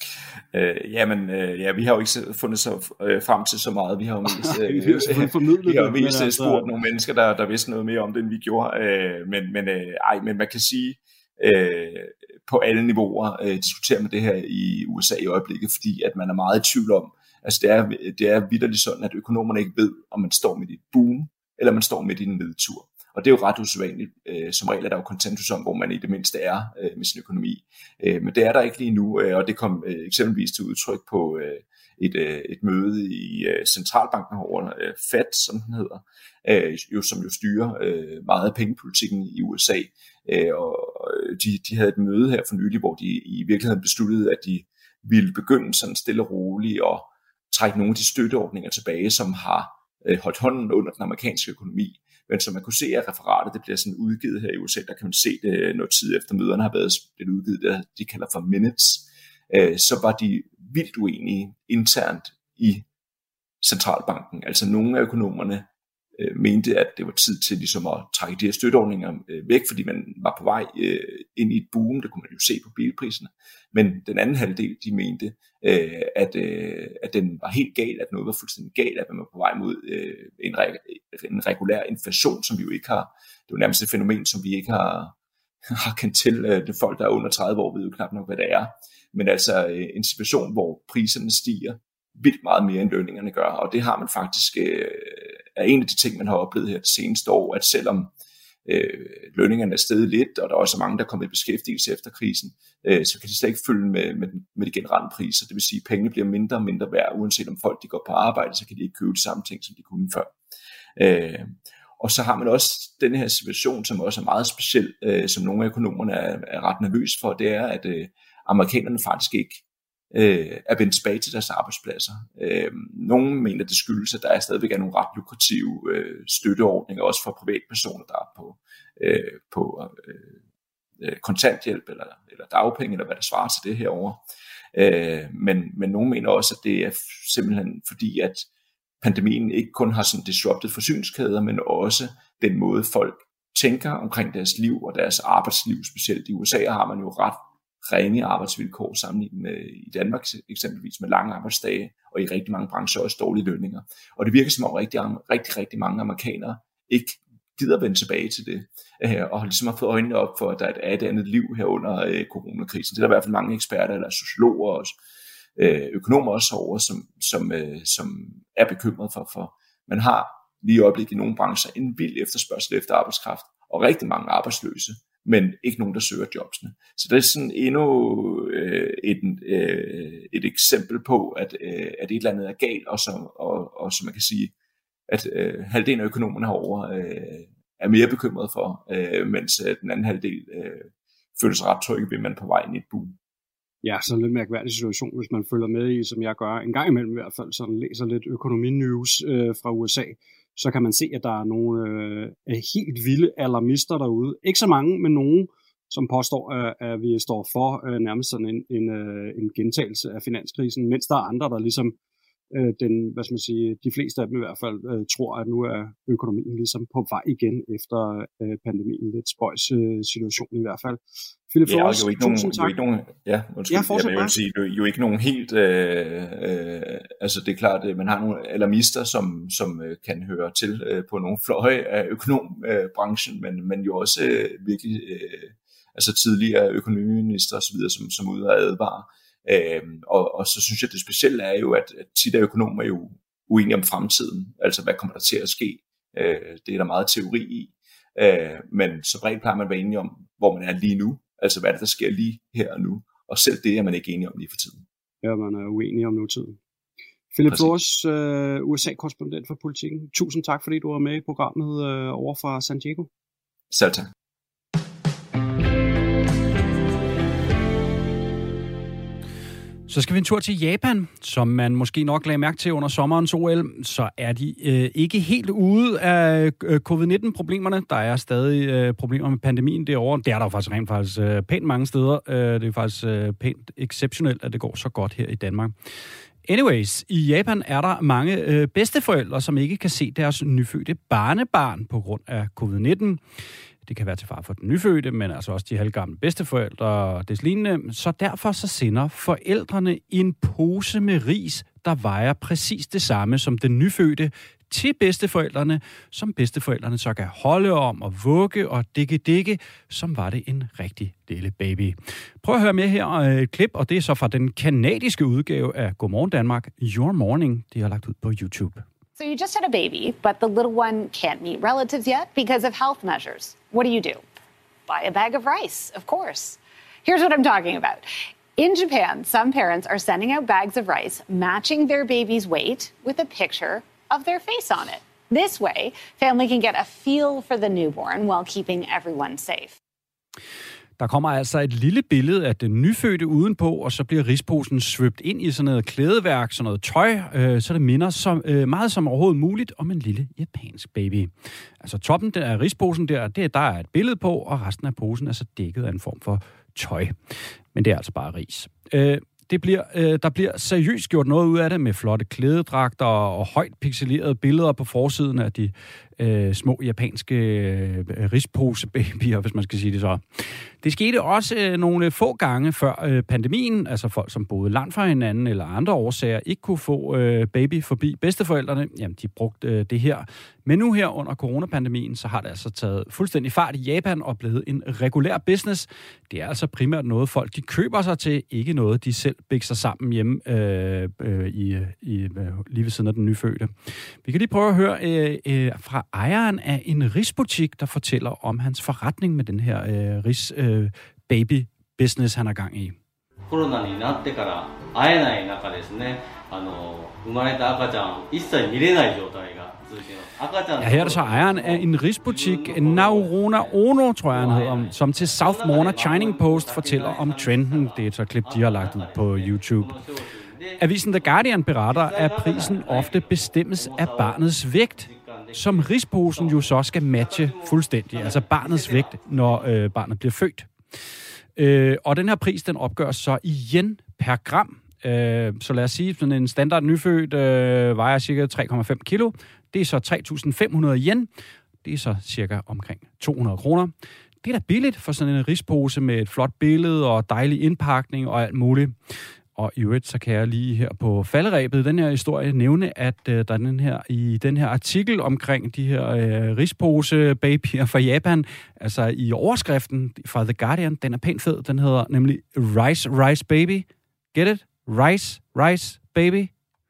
Vi har jo ikke fundet så frem til så meget. Vi har jo mest spurgt nogle mennesker, der vidste noget mere om det, end vi gjorde. Men man kan sige, på alle niveauer diskuterer man det her i USA i øjeblikket, fordi at man er meget i tvivl om, altså det er vitterligt sådan, at økonomerne ikke ved, om man står midt i et boom, eller man står midt i en nedtur. Og det er jo ret usædvanligt. Som regel er der jo konsensus om, hvor man i det mindste er med sin økonomi. Men det er der ikke lige nu, og det kom eksempelvis til udtryk på et møde i centralbanken over Fed, som den hedder, som jo styrer meget af pengepolitikken i USA. Og de havde et møde her for nylig, hvor de i virkeligheden besluttede, at de ville begynde sådan stille og roligt og trække nogle af de støtteordninger tilbage, som har holdt hånden under den amerikanske økonomi. Men som man kunne se af referatet, det bliver sådan udgivet her i USA, der kan man se det noget tid efter møderne har været udgivet, det de kalder for minutes, så var de vildt uenige internt i centralbanken. Altså nogle af økonomerne mente, at det var tid til ligesom at trække de her støtteordninger væk, fordi man var på vej ind i et boom, det kunne man jo se på bilpriserne. Men den anden halvdel, de mente, at den var helt galt, at noget var fuldstændig galt, at man var på vej mod en regulær inflation, som vi jo ikke har. Det er jo nærmest et fænomen, som vi ikke har kendt til. Det folk, der er under 30 år, ved jo knap nok, hvad det er. Men altså en situation, hvor priserne stiger vildt meget mere, end lønningerne gør, og det har man faktisk er en af de ting, man har oplevet her det seneste år, at selvom lønningerne er steget lidt, og der er også mange, der er kommet i beskæftigelse efter krisen, så kan de slet ikke følge med de generelle priser. Det vil sige, at pengene bliver mindre og mindre værd, uanset om folk de går på arbejde, så kan de ikke købe de samme ting, som de kunne før. Og så har man også den her situation, som også er meget speciel, som nogle af økonomerne er ret nervøse for, det er, at amerikanerne faktisk ikke er vendt tilbage til deres arbejdspladser. Nogle mener, det skyldes, at der stadigvæk er nogle ret lukrative støtteordninger, også for privatpersoner, der er på kontanthjælp eller dagpenge, eller hvad der svarer til det herovre. Men nogle mener også, at det er simpelthen fordi, at pandemien ikke kun har sådan disrupted forsyningskæder, men også den måde, folk tænker omkring deres liv og deres arbejdsliv. Specielt i USA har man jo ret ringe arbejdsvilkår sammenlignet med i Danmark eksempelvis med lange arbejdsdage, og i rigtig mange brancher også dårlige lønninger. Og det virker som om rigtig mange amerikanere ikke gider vende tilbage til det, og har ligesom fået øjnene op for, at der er et andet liv her under coronakrisen. Det er der i hvert fald mange eksperter, eller sociologer og økonomer også over, som er bekymret for. Man har lige i øjeblikket i nogle brancher en vild efterspørgsel efter arbejdskraft, og rigtig mange arbejdsløse, men ikke nogen, der søger jobsene. Så det er sådan endnu et eksempel på, at et eller andet er galt, og så man kan sige, at halvdelen af økonomerne herovre er mere bekymret for, mens den anden halvdel føler sig ret trygge ved, at man er på vej ind i et boom. Ja, så en lidt mærkværdig situation, hvis man følger med i, som jeg gør en gang imellem i hvert fald, sådan læser lidt økonomi-news fra USA, så kan man se, at der er nogle helt vilde alarmister derude. Ikke så mange, men nogen, som påstår, at vi står for nærmest sådan en gentagelse af finanskrisen, mens der er andre, der ligesom de fleste af dem i hvert fald tror, at nu er økonomien ligesom på vej igen efter pandemien. Lidt spøjs situation i hvert fald. Philip Flores, tusind tak. Jeg vil sige, jo ikke nogen helt... altså det er klart, at man har nogle alarmister, som kan høre til på nogle fløje af økonombranchen, men jo også virkelig altså tidligere økonomiminister osv., som ud og advarer. Og så synes jeg, det specielle er jo, at tit er økonomer jo uenige om fremtiden. Altså, hvad kommer der til at ske? Det er der meget teori i. Men så bredt plejer man at være enige om, hvor man er lige nu. Altså, hvad er det, der sker lige her og nu? Og selv det er man ikke enige om lige for tiden. Ja, man er uenig om nutiden. Philip Flores, USA-korrespondent for Politikken. Tusind tak, fordi du var med i programmet over fra San Diego. Selv tak. Så skal vi en tur til Japan, som man måske nok lagde mærke til under sommerens OL. Så er de ikke helt ude af covid-19-problemerne. Der er stadig problemer med pandemien derovre. Det er der jo faktisk pænt mange steder. Det er faktisk pænt exceptionelt, at det går så godt her i Danmark. Anyways, i Japan er der mange bedsteforældre, som ikke kan se deres nyfødte barnebarn på grund af covid-19. Det kan være til far for den nyfødte, men altså også de halvgamle bedsteforældre og deslignende. Så derfor så sender forældrene en pose med ris, der vejer præcis det samme som den nyfødte, til bedsteforældrene, som bedsteforældrene så kan holde om og vugge og dikke, som var det en rigtig lille baby. Prøv at høre med her et klip, og det er så fra den kanadiske udgave af Godmorgen Danmark, Your Morning, de har lagt ud på YouTube. So you just had a baby, but the little one can't meet relatives yet because of health measures. What do? Buy a bag of rice, of course. Here's what I'm talking about. In Japan, some parents are sending out bags of rice, matching their baby's weight with a picture of their face on it. This way, family can get a feel for the newborn while keeping everyone safe. Der kommer altså et lille billede af den nyfødte udenpå, og så bliver risposen svøbt ind i sådan noget klædeværk, sådan noget tøj, så det minder så meget som overhovedet muligt om en lille japansk baby. Altså toppen af risposen der er et billede på, og resten af posen er så dækket af en form for tøj. Men det er altså bare ris. der bliver seriøst gjort noget ud af det med flotte klædedragter og højt pixelerede billeder på forsiden af de små japanske risposebabyer, hvis man skal sige det så. Det skete også nogle få gange før pandemien, altså folk, som boede langt fra hinanden eller andre årsager, ikke kunne få baby forbi bedsteforældrene. Jamen, de brugte det her. Men nu her under coronapandemien, så har det altså taget fuldstændig fart i Japan og blevet en regulær business. Det er altså primært noget, folk de køber sig til, ikke noget, de selv bikser sammen hjemme lige ved siden af den nyfødte. Vi kan lige prøve at høre fra ejeren af en risbutik, der fortæller om hans forretning med den her baby-business, han er gang i. コロナになってから会えない中ですね、生まれた赤ちゃん一切見れない状態が続いています。赤ちゃん Ja, her er det så ejeren af en risbutik, Naorona Ono, tror jeg han hedder, som til South Morning Shining Post fortæller om trenden. Det er et så klip, de har lagt ud på YouTube. Avisen The Guardian beretter, at prisen ofte bestemmes af barnets vægt, som risposen jo så skal matche fuldstændig, altså barnets vægt, når barnet bliver født. Og den her pris, den opgøres så i yen per gram. Så lad os sige, at en standard nyfødt vejer cirka 3,5 kilo. Det er så 3.500 yen. Det er så cirka omkring 200 kroner. Det er da billigt for sådan en rispose med et flot billede og dejlig indpakning og alt muligt. Og i øvrigt, så kan jeg lige her på falderebet i den her historie nævne, at i den her artikel omkring de her rispose-babyer fra Japan, altså i overskriften fra The Guardian, den er pænt fed. Den hedder nemlig Rice Baby. Get it? Rice Baby.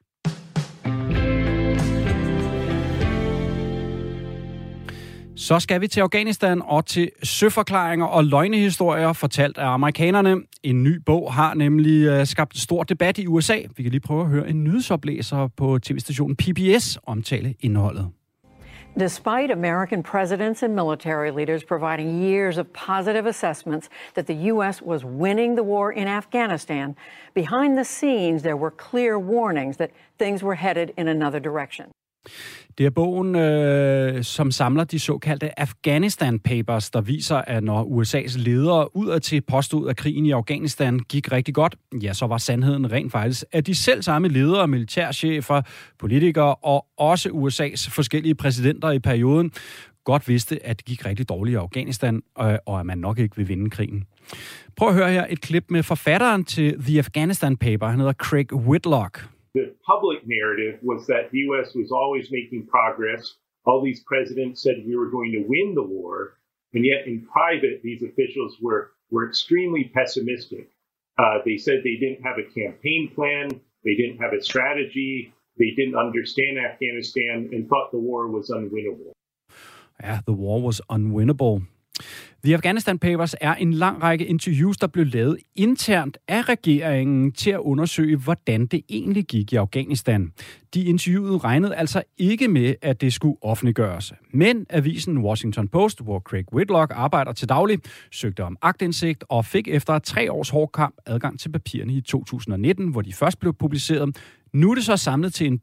Så skal vi til Afghanistan og til søforklaringer og løgnehistorier fortalt af amerikanerne. En ny bog har nemlig skabt stor debat i USA. Vi kan lige prøve at høre en nyhedsoplæser på tv-stationen PBS omtale indholdet. Despite American presidents and military leaders providing years of positive assessments that the U.S. was winning the war in Afghanistan, behind the scenes there were clear warnings that things were headed in another direction. Det er bogen, som samler de såkaldte Afghanistan Papers, der viser, at når USA's ledere udadtil påstod, at krigen i Afghanistan gik rigtig godt, ja, så var sandheden rent faktisk, at de selv samme ledere, militærchefer, politikere og også USA's forskellige præsidenter i perioden godt vidste, at det gik rigtig dårligt i Afghanistan, og at man nok ikke vil vinde krigen. Prøv at høre her et klip med forfatteren til The Afghanistan Paper. Han hedder Craig Whitlock. The public narrative was that the U.S. was always making progress. All these presidents said we were going to win the war, and yet in private, these officials were extremely pessimistic. They said they didn't have a campaign plan, they didn't have a strategy, they didn't understand Afghanistan, and thought the war was unwinnable. Ja, the war was unwinnable. The Afghanistan Papers er en lang række interviews, der blev lavet internt af regeringen til at undersøge, hvordan det egentlig gik i Afghanistan. De interviewede regnede altså ikke med, at det skulle offentliggøres. Men avisen Washington Post, hvor Craig Whitlock arbejder til daglig, søgte om aktindsigt og fik efter 3 års hård kamp adgang til papirerne i 2019, hvor de først blev publiceret. Nu er det så samlet til en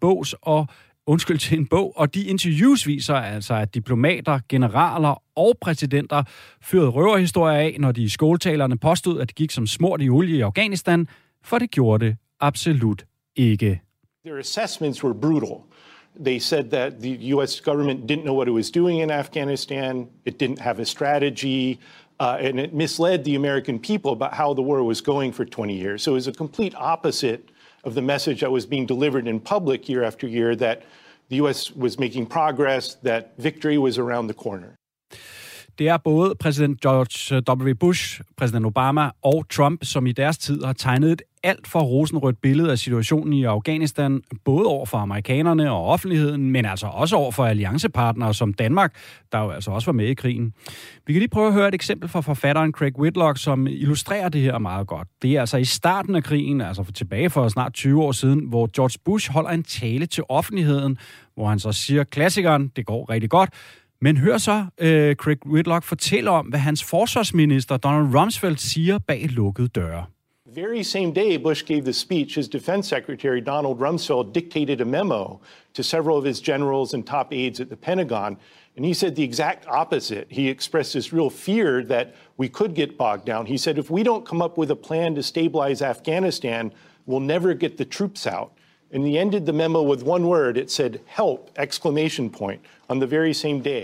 bog, og de interviews viser altså, at diplomater, generaler og præsidenter fyrede røverhistorier af, når de i skåltalerne påstod, at det gik som smurt i olie i Afghanistan, for det gjorde det absolut ikke. Their assessments were brutal. They said that the U.S. government didn't know what it was doing in Afghanistan. It didn't have a strategy. And it misled the American people about how the war was going for 20 years. So it was a complete opposite of the message that was being delivered in public year after year, that the U.S. was making progress, that victory was around the corner. Det er både præsident George W. Bush, præsident Obama og Trump, som i deres tid har tegnet et alt for rosenrødt billede af situationen i Afghanistan, både over for amerikanerne og offentligheden, men altså også over for alliancepartnere som Danmark, der jo altså også var med i krigen. Vi kan lige prøve at høre et eksempel fra forfatteren Craig Whitlock, som illustrerer det her meget godt. Det er altså i starten af krigen, altså tilbage for snart 20 år siden, hvor George Bush holder en tale til offentligheden, hvor han så siger klassikeren, det går rigtig godt. Men hør så Craig Whitlock fortælle om, hvad hans forsvarsminister Donald Rumsfeld siger bag lukkede døre. The very same day Bush gave the speech, his defense secretary Donald Rumsfeld dictated a memo to several of his generals and top aides at the Pentagon, and he said the exact opposite. He expressed this real fear that we could get bogged down. He said, if we don't come up with a plan to stabilize Afghanistan, we'll never get the troops out. And he ended the memo with one word. It said, help, exclamation point, on the very same day.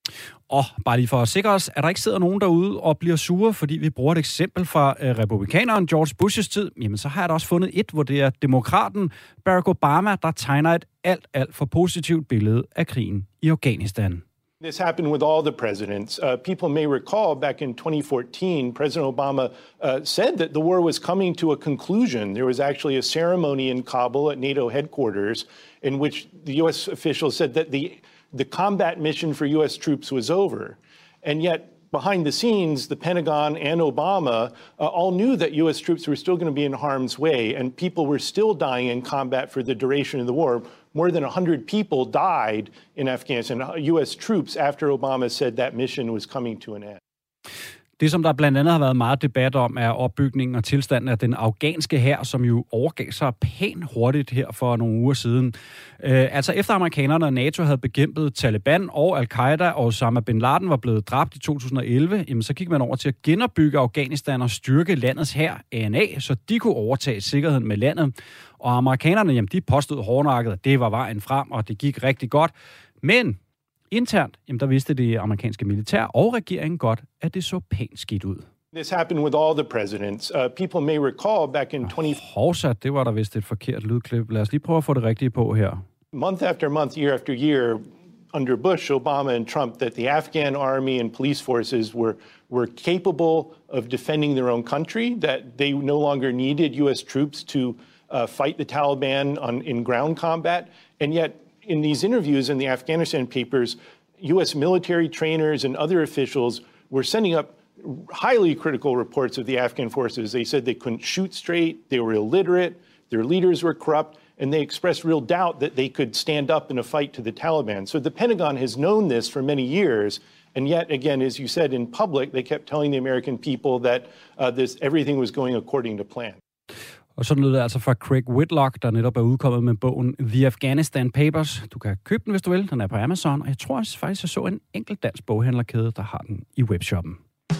Og bare lige for at sikre os, at der ikke sidder nogen derude og bliver sure, fordi vi bruger et eksempel fra republikaneren George Bushes tid, jamen så har jeg da også fundet et, hvor det er demokraten Barack Obama, der tegner et alt for positivt billede af krigen i Afghanistan. This happened with all the presidents. People may recall back in 2014, President Obama said that the war was coming to a conclusion. There was actually a ceremony in Kabul at NATO headquarters in which the U.S. officials said that the combat mission for U.S. troops was over. And yet, behind the scenes, the Pentagon and Obama all knew that U.S. troops were still going to be in harm's way, and people were still dying in combat for the duration of the war. More than 100 people died in Afghanistan, U.S. troops, after Obama said that mission was coming to an end. Det, som der blandt andet har været meget debat om, er opbygningen og tilstanden af den afghanske hær, som jo overgav sig pænt hurtigt her for nogle uger siden. Altså efter amerikanerne og NATO havde bekæmpet Taliban og Al-Qaida, og Osama bin Laden var blevet dræbt i 2011, jamen, så gik man over til at genopbygge Afghanistan og styrke landets hær, ANA, så de kunne overtage sikkerheden med landet. Og amerikanerne, jamen, de påstod hårdnakket, at det var vejen frem, og det gik rigtig godt. Men internt, jamen, der vidste det amerikanske militær og regeringen godt, at det så pænt skidt ud. This happened with all the presidents. People may recall back in 20... det var der vist et forkert lydklip. Lad os lige prøve at få det rigtige på her. Month after month, year after year, under Bush, Obama and Trump, that the Afghan army and police forces were capable of defending their own country, that they no longer needed U.S. troops to fight the Taliban in ground combat, and yet in these interviews in the Afghanistan papers, U.S. military trainers and other officials were sending up highly critical reports of the Afghan forces. They said they couldn't shoot straight, they were illiterate, their leaders were corrupt, and they expressed real doubt that they could stand up in a fight to the Taliban. So the Pentagon has known this for many years, and yet, again, as you said, in public, they kept telling the American people that everything was going according to plan. Og sådan lød det altså fra Craig Whitlock, der netop er udkommet med bogen The Afghanistan Papers. Du kan købe den, hvis du vil. Den er på Amazon, og jeg tror faktisk, jeg så en enkelt dansk boghandlerkæde, der har den i webshoppen.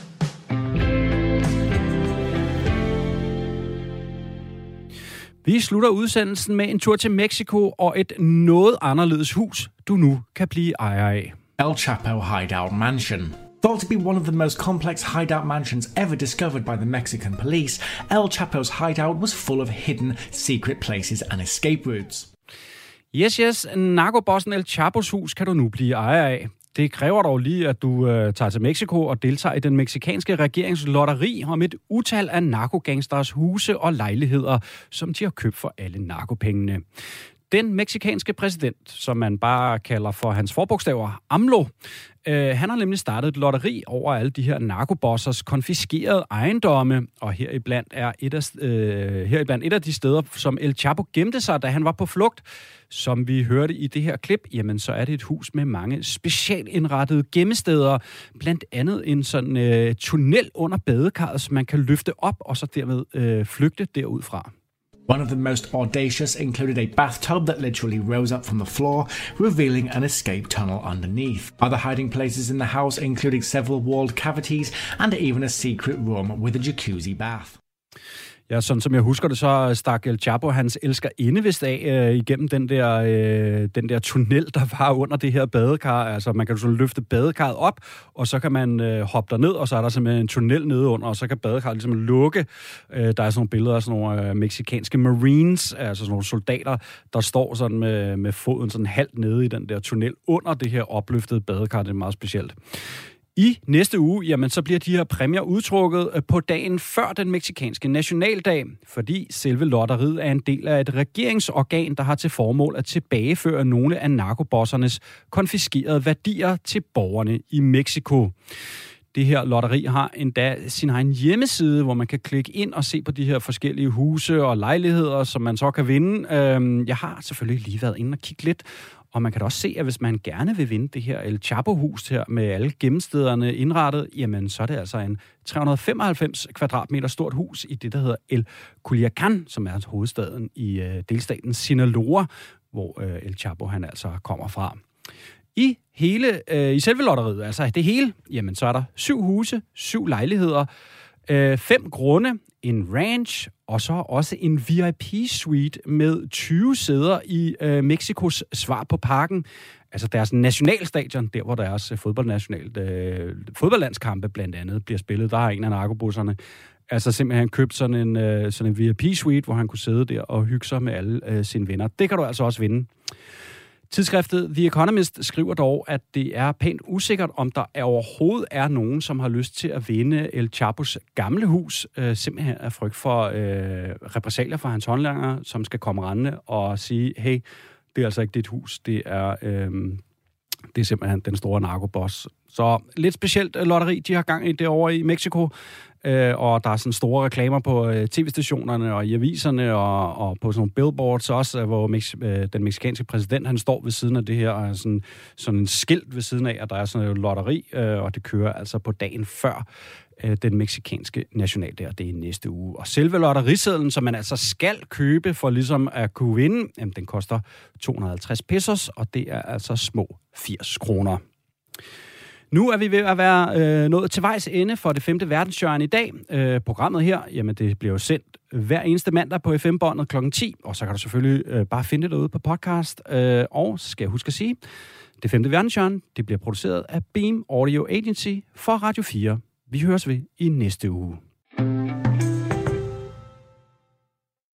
Vi slutter udsendelsen med en tur til Mexico og et noget anderledes hus, du nu kan blive ejer af. El Chapo Hideout Mansion. Thought to be one of the most complex hideout mansions ever discovered by the Mexican police, El Chapo's hideout was full of hidden, secret places and escape routes. Yes, narkobossen El Chapos hus kan du nu blive ejer af. Det kræver dog lige, at du tager til Mexico og deltager i den mexikanske regerings lotteri om et utal af narkogangsters huse og lejligheder, som de har købt for alle narkopengene. Den mexikanske præsident, som man bare kalder for hans forbogstaver, AMLO, han har nemlig startet et lotteri over alle de her narkobossers konfiskerede ejendomme, og heriblandt et af de steder, som El Chapo gemte sig, da han var på flugt. Som vi hørte i det her klip, jamen så er det et hus med mange specialindrettede gemmesteder, blandt andet en sådan tunnel under badekarret, som man kan løfte op og så dermed flygte derudfra. One of the most audacious included a bathtub that literally rose up from the floor, revealing an escape tunnel underneath. Other hiding places in the house included several walled cavities and even a secret room with a jacuzzi bath. Ja, sådan som jeg husker det, så stak El Chapo hans elskerinde vist af igennem den der tunnel, der var under det her badekar. Altså, man kan sådan løfte badekarret op, og så kan man hoppe derned, og så er der simpelthen en tunnel nede under, og så kan badekarret ligesom lukke. Der er sådan nogle billeder af sådan nogle mexikanske marines, altså sådan nogle soldater, der står sådan med foden sådan halvt nede i den der tunnel under det her opløftede badekar. Det er meget specielt. I næste uge, jamen, så bliver de her præmier udtrukket på dagen før den mexikanske nationaldag, fordi selve lotteriet er en del af et regeringsorgan, der har til formål at tilbageføre nogle af narkobossernes konfiskerede værdier til borgerne i Mexico. Det her lotteri har endda sin egen hjemmeside, hvor man kan klikke ind og se på de her forskellige huse og lejligheder, som man så kan vinde. Jeg har selvfølgelig lige været inde og kigge lidt, og man kan da også se, at hvis man gerne vil vinde det her El Chapo-hus her med alle gemmestederne indrettet, jamen så er det altså en 395 kvadratmeter stort hus i det, der hedder El Culiacán, som er hovedstaden i delstaten Sinaloa, hvor El Chapo han altså kommer fra. I selve lotteriet, altså det hele, jamen så er der 7 huse, 7 lejligheder, 5 grunde, en ranch og så også en VIP-suite med 20 sæder i Mexikos svar på parken. Altså deres nationalstadion, der hvor deres fodboldlandskampe blandt andet bliver spillet. Der har en af narkobusserne altså simpelthen købt sådan en VIP-suite, hvor han kunne sidde der og hygge sig med alle sine venner. Det kan du altså også vinde. Tidsskriftet The Economist skriver dog, at det er pænt usikkert, om der overhovedet er nogen, som har lyst til at vinde El Chapos gamle hus, simpelthen af frygt for repressalier fra hans håndlanger, som skal komme rendende og sige, hey, det er altså ikke dit hus, det er simpelthen den store narkoboss. Så lidt specielt lotteri, de har gang i derovre i Mexico, og der er sådan store reklamer på tv-stationerne og i aviserne og på sådan nogle billboards også, hvor den mexikanske præsident, han står ved siden af det her, og sådan en skilt ved siden af, at der er sådan et lotteri, og det kører altså på dagen før den mexikanske nationaldag, det er næste uge. Og selve lotterisedlen, som man altså skal købe for ligesom at kunne vinde, jamen, den koster 250 pesos, og det er altså små 80 kroner. Nu er vi ved at være nået til vejs ende for det 5. verdenshjørne i dag. Programmet her, jamen det bliver jo sendt hver eneste mandag på FM-båndet kl. 10, og så kan du selvfølgelig bare finde det derude på podcast. Og så skal jeg huske at sige, det 5. verdenshjørne, det bliver produceret af Beam Audio Agency for Radio 4. Vi høres ved i næste uge.